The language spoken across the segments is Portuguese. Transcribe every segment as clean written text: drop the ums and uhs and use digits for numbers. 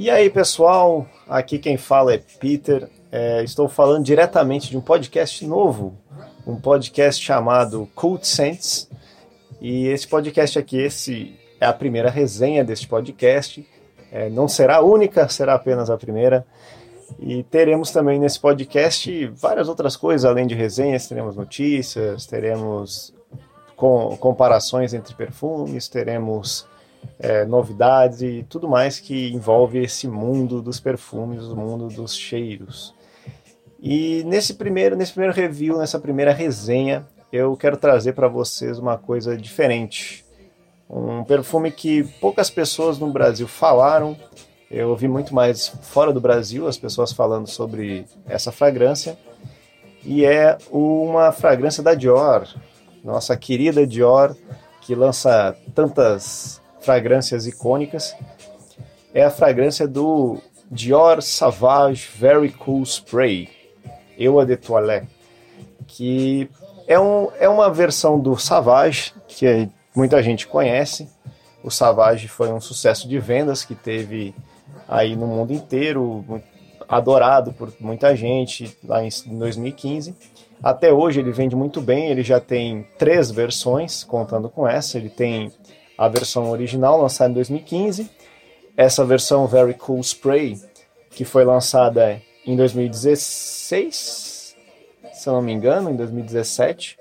E aí, pessoal, aqui quem fala é Peter. Estou falando diretamente de um podcast novo, um podcast chamado Cult Sense. E esse podcast aqui, esse é a primeira resenha deste podcast. Não será a única, será apenas a primeira. E teremos também nesse podcast várias outras coisas, além de resenhas. Teremos notícias, teremos comparações entre perfumes, teremos novidades e tudo mais que envolve esse mundo dos perfumes, o mundo dos cheiros. E nesse primeiro review, nessa primeira resenha, eu quero trazer para vocês uma coisa diferente. Um perfume que poucas pessoas no Brasil falaram. Eu ouvi muito mais fora do Brasil as pessoas falando sobre essa fragrância. E é uma fragrância da Dior, nossa querida Dior, que lança tantas fragrâncias icônicas. É a fragrância do Dior Sauvage Very Cool Spray, Eau de Toilette, que é uma versão do Sauvage que muita gente conhece. O Sauvage foi um sucesso de vendas que teve aí no mundo inteiro, adorado por muita gente lá em 2015. Até hoje ele vende muito bem, ele já tem 3 versões, contando com essa. Ele tem a versão original, lançada em 2015, essa versão Very Cool Spray, que foi lançada em 2016, se eu não me engano, em 2017,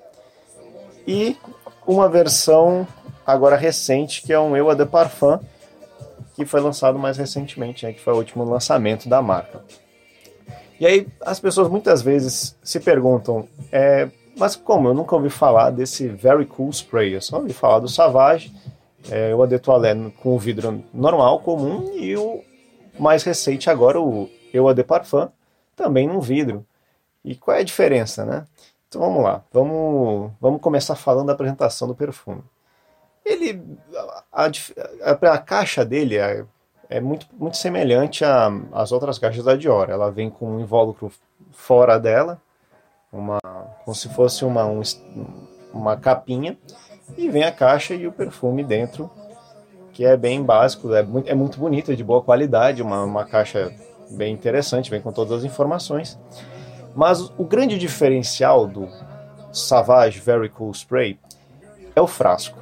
e uma versão agora recente, que é um Eau de Parfum, que foi lançado mais recentemente, que foi o último lançamento da marca. E aí as pessoas muitas vezes se perguntam, mas como? Eu nunca ouvi falar desse Very Cool Spray, eu só ouvi falar do Sauvage, o Eau de Toilette com o vidro normal, comum, e o mais recente agora, o Eau de Parfum, também num vidro. E qual é a diferença, né? Então vamos lá, vamos começar falando da apresentação do perfume. A caixa dele é muito, muito semelhante às outras caixas da Dior. Ela vem com um invólucro fora dela, como se fosse uma capinha, e vem a caixa e o perfume dentro, que é bem básico, é muito bonito, é de boa qualidade, uma caixa bem interessante, vem com todas as informações. Mas o grande diferencial do Sauvage Very Cool Spray é o frasco.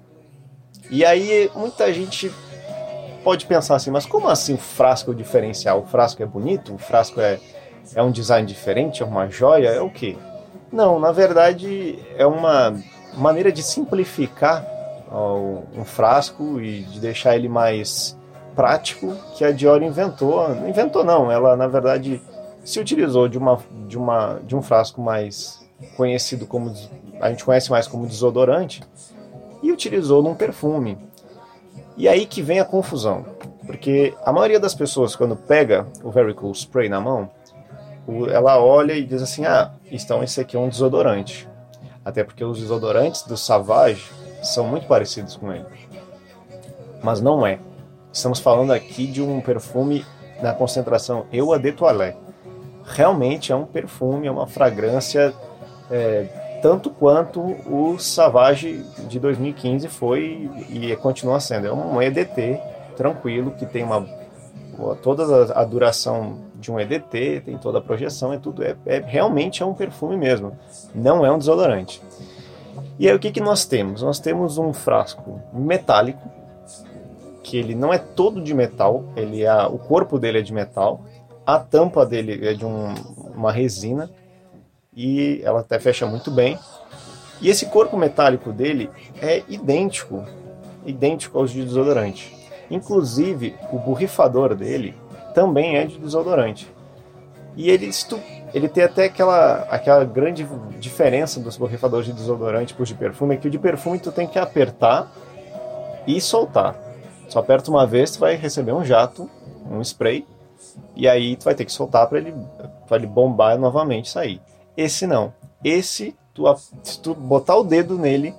E aí muita gente pode pensar assim, mas como assim frasco é o diferencial? O frasco é bonito? O frasco é um design diferente? É uma joia? É o quê? Não, na verdade é uma maneira de simplificar um frasco e de deixar ele mais prático que a Dior inventou. Não inventou não, ela na verdade se utilizou de um frasco mais conhecido como, a gente conhece mais como desodorante, e utilizou num perfume. E aí que vem a confusão, porque a maioria das pessoas quando pega o Very Cool Spray na mão, ela olha e diz assim, então esse aqui é um desodorante. Até porque os desodorantes do Sauvage são muito parecidos com ele. Mas não é. Estamos falando aqui de um perfume na concentração Eau de Toilette. Realmente é um perfume, é uma fragrância tanto quanto o Sauvage de 2015 foi e continua sendo. É um EDT tranquilo, que tem toda a duração de um EDT, tem toda a projeção, tudo. Realmente é um perfume mesmo, não é um desodorante. E aí o que nós temos? Nós temos um frasco metálico, que ele não é todo de metal, o corpo dele é de metal, a tampa dele é de uma resina, e ela até fecha muito bem. E esse corpo metálico dele é idêntico aos de desodorante. Inclusive, o borrifador dele também é de desodorante. E ele tem até aquela grande diferença dos borrifadores de desodorante para os de perfume, é que o de perfume tu tem que apertar e soltar. Só aperta uma vez, tu vai receber um jato, um spray, e aí tu vai ter que soltar para ele bombar novamente e sair. Esse não. Esse, se tu botar o dedo nele,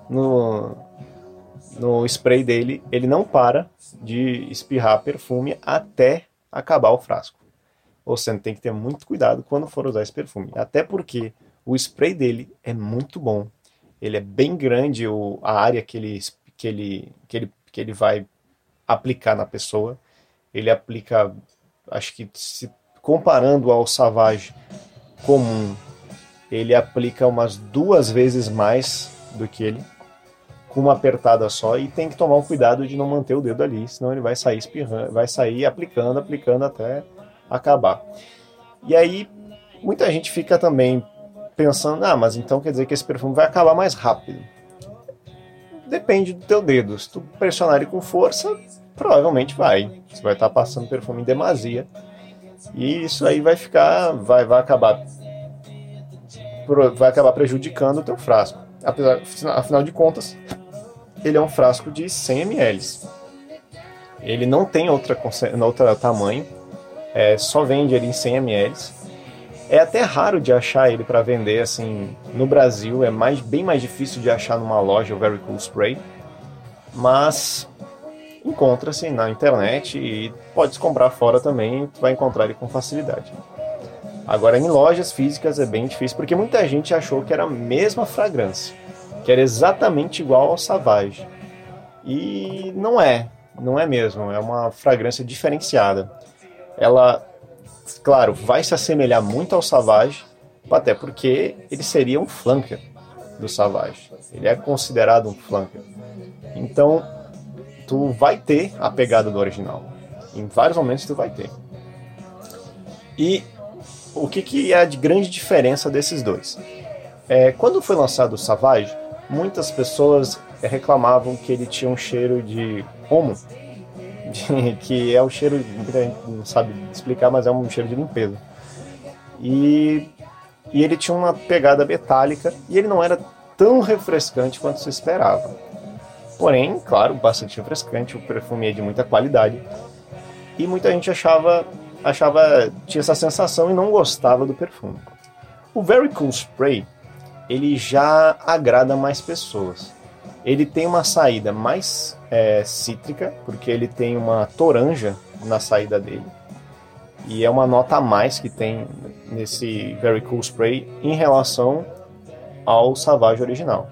no spray dele, ele não para de espirrar perfume até acabar o frasco. Ou seja, tem que ter muito cuidado quando for usar esse perfume. Até porque o spray dele é muito bom. Ele é bem grande, a área que ele vai aplicar na pessoa. ele aplica, acho que se comparando ao Sauvage comum, ele aplica umas 2 vezes mais do que ele, com uma apertada só, e tem que tomar um cuidado de não manter o dedo ali, senão ele vai sair espirrando, vai sair aplicando até acabar. E aí, muita gente fica também pensando, mas então quer dizer que esse perfume vai acabar mais rápido. Depende do teu dedo. Se tu pressionar ele com força, provavelmente vai. Você vai estar passando perfume em demasia. E isso aí vai acabar prejudicando o teu frasco. Afinal de contas, ele é um frasco de 100 ml. Ele não tem outro tamanho, só vende ele em 100 ml. É até raro de achar ele para vender assim no Brasil, bem mais difícil de achar numa loja o Very Cool Spray, mas encontra-se na internet e pode comprar fora também, tu vai encontrar ele com facilidade. Agora, em lojas físicas é bem difícil, porque muita gente achou que era a mesma fragrância, que era exatamente igual ao Sauvage. E não é mesmo, é uma fragrância diferenciada. Ela, claro, vai se assemelhar muito ao Sauvage, até porque ele seria um flanker do Sauvage. Ele é considerado um flanker. Então, tu vai ter a pegada do original. Em vários momentos tu vai ter. E o que é a grande diferença desses dois? Quando foi lançado o Sauvage, muitas pessoas reclamavam que ele tinha um cheiro de homo, que é o cheiro, muita gente não sabe explicar, mas é um cheiro de limpeza. E ele tinha uma pegada metálica e ele não era tão refrescante quanto se esperava. Porém, claro, bastante refrescante, o perfume é de muita qualidade. E muita gente tinha essa sensação e não gostava do perfume. O Very Cool Spray, ele já agrada mais pessoas. Ele tem uma saída mais cítrica, porque ele tem uma toranja na saída dele. E é uma nota a mais que tem nesse Very Cool Spray em relação ao Sauvage original.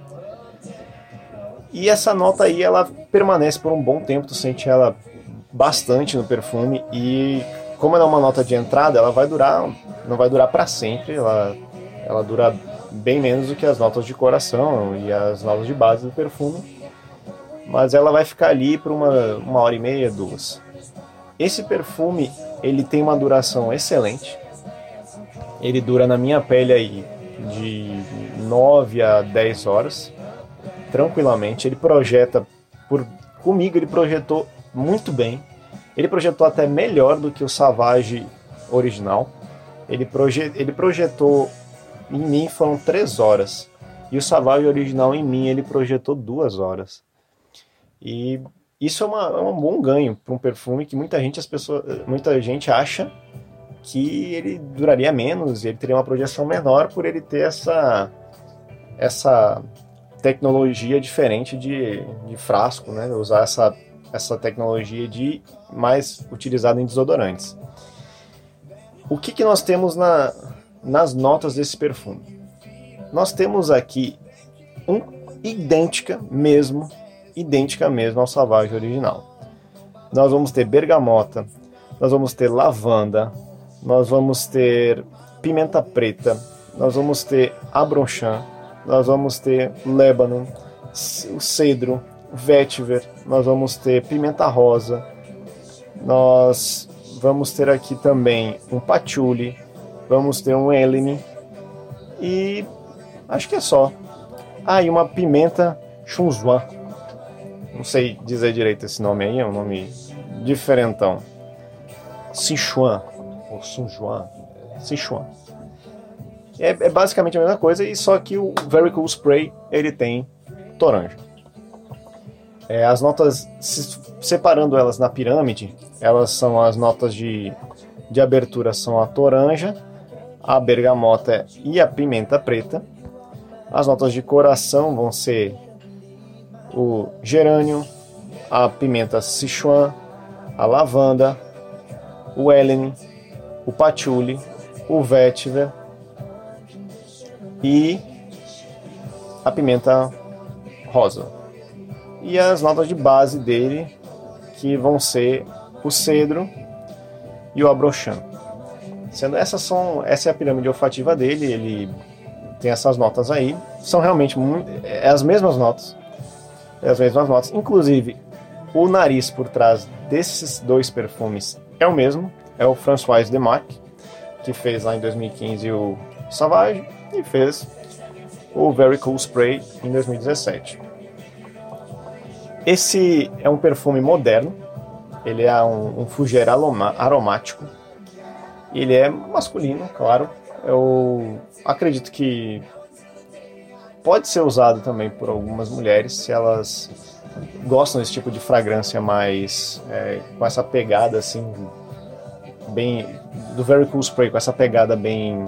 E essa nota aí, ela permanece por um bom tempo, tu sente ela bastante no perfume, e como ela é uma nota de entrada, ela não vai durar para sempre, ela dura bem menos do que as notas de coração e as notas de base do perfume, mas ela vai ficar ali por uma hora e meia, 2. Esse perfume, ele tem uma duração excelente, ele dura na minha pele aí de 9 a 10 horas, tranquilamente. Ele comigo ele projetou muito bem, ele projetou até melhor do que o Sauvage original. Ele projetou em mim foram 3 horas. E o Sauvage original em mim ele projetou 2 horas. E isso é um bom ganho para um perfume que muita gente acha que ele duraria menos, ele teria uma projeção menor por ele ter essa tecnologia diferente de frasco, né? Usar essa tecnologia mais utilizada em desodorantes. O que nós temos nas notas desse perfume? Nós temos aqui idêntica mesmo ao Sauvage original. Nós vamos ter bergamota, nós vamos ter lavanda, nós vamos ter pimenta preta, nós vamos ter abronchan, nós vamos ter lébano, o cedro, vetiver, nós vamos ter pimenta rosa, nós vamos ter aqui também um patchouli, vamos ter um elemi e acho que é só. E uma pimenta chunzuan. Não sei dizer direito esse nome aí, é um nome diferentão. Sichuan, ou Sunjuan, Sichuan. É basicamente a mesma coisa, e só que o Very Cool Spray ele tem toranja. As notas, separando elas na pirâmide, elas são as notas de abertura, são a toranja, a bergamota e a pimenta preta. As notas de coração vão ser o gerânio, a pimenta Sichuan, a lavanda, o elemi, o patchouli, o vetiver e a pimenta rosa. E as notas de base dele, que vão ser o cedro e o abrochan. Sendo essa é a pirâmide olfativa dele, ele tem essas notas aí, são realmente as mesmas notas. Inclusive, o nariz por trás desses dois perfumes é o mesmo, é o François Demarc, que fez lá em 2015 o Sauvage e fez o Very Cool Spray em 2017. Esse é um perfume moderno, ele é um fougère aromático, ele é masculino, claro. Eu acredito que pode ser usado também por algumas mulheres, se elas gostam desse tipo de fragrância mais com essa pegada assim, bem do Very Cool Spray, com essa pegada bem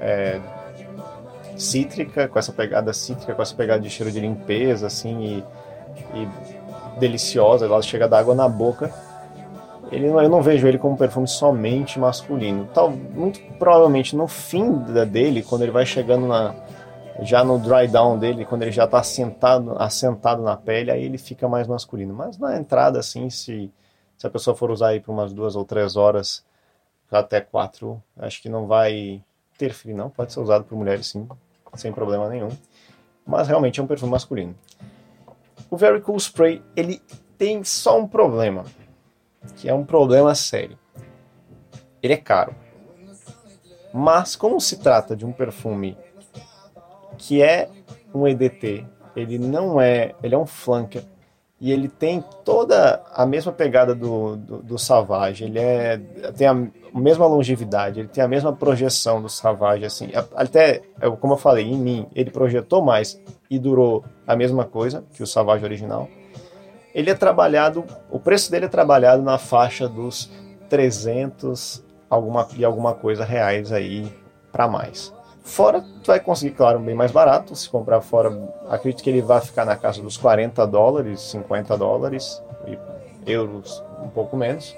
cítrica, com essa pegada de cheiro de limpeza assim e deliciosa, ela chega da água na boca. Eu não vejo ele como um perfume somente masculino. Muito provavelmente no fim dele, quando ele vai chegando já no dry down dele, quando ele já está assentado na pele, aí ele fica mais masculino. Mas na entrada, assim, se a pessoa for usar aí por umas 2 ou 3 horas, até 4, acho que não vai interferir, não. Pode ser usado por mulheres, sim, sem problema nenhum. Mas realmente é um perfume masculino. O Very Cool Spray, ele tem só um problema, que é um problema sério. Ele é caro. Mas como se trata de um perfume que é um EDT, ele é um flanker, e ele tem toda a mesma pegada do Sauvage, tem a mesma longevidade, ele tem a mesma projeção do Sauvage, assim, até, como eu falei, em mim, ele projetou mais e durou a mesma coisa que o Sauvage original. Ele é trabalhado, o preço dele é trabalhado na faixa dos 300 alguma coisa reais aí para mais. Fora, tu vai conseguir, claro, bem mais barato. Se comprar fora, acredito que ele vai ficar na casa dos $40, $50 e euros, um pouco menos.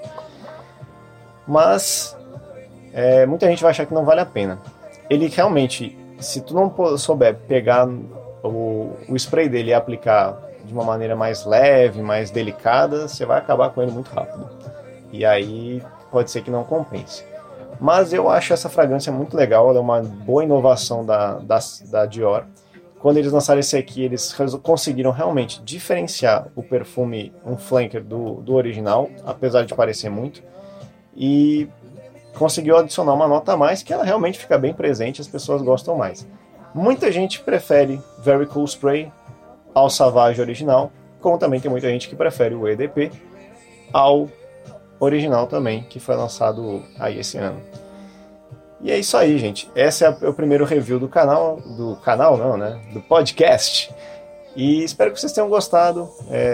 Mas muita gente vai achar que não vale a pena. Ele realmente, se tu não souber pegar o spray dele e aplicar de uma maneira mais leve, mais delicada, você vai acabar com ele muito rápido. E aí pode ser que não compense. Mas eu acho essa fragrância muito legal, ela é uma boa inovação da Dior. Quando eles lançaram esse aqui, eles conseguiram realmente diferenciar o perfume, um flanker do original, apesar de parecer muito, e conseguiu adicionar uma nota a mais, que ela realmente fica bem presente, as pessoas gostam mais. Muita gente prefere Very Cool Spray ao Sauvage original, como também tem muita gente que prefere o EDP ao original também, que foi lançado aí esse ano. E é isso aí, gente. Esse é o primeiro review do canal não, né? Do podcast. E espero que vocês tenham gostado.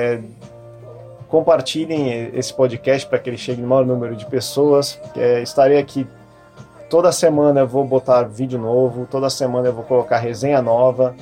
Compartilhem esse podcast para que ele chegue no maior número de pessoas. Estarei aqui toda semana, eu vou botar vídeo novo, toda semana eu vou colocar resenha nova,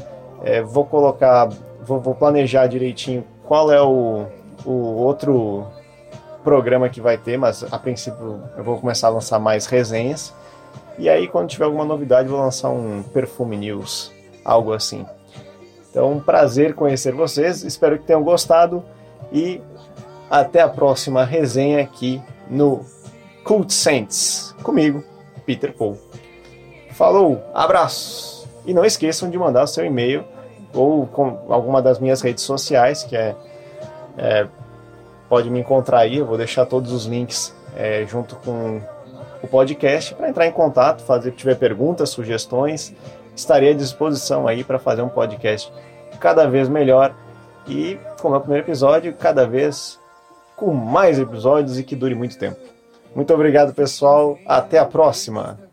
vou planejar direitinho qual é o outro programa que vai ter, mas a princípio eu vou começar a lançar mais resenhas. E aí, quando tiver alguma novidade, vou lançar um Perfume News, algo assim. Então, um prazer conhecer vocês, espero que tenham gostado e até a próxima resenha aqui no Cult Scents, comigo, Peter Paul. Falou, abraço! E não esqueçam de mandar o seu e-mail ou com alguma das minhas redes sociais, que pode me encontrar aí, eu vou deixar todos os links junto com o podcast para entrar em contato, se tiver perguntas, sugestões, estarei à disposição aí para fazer um podcast cada vez melhor e, como é o primeiro episódio, cada vez com mais episódios e que dure muito tempo. Muito obrigado, pessoal, até a próxima!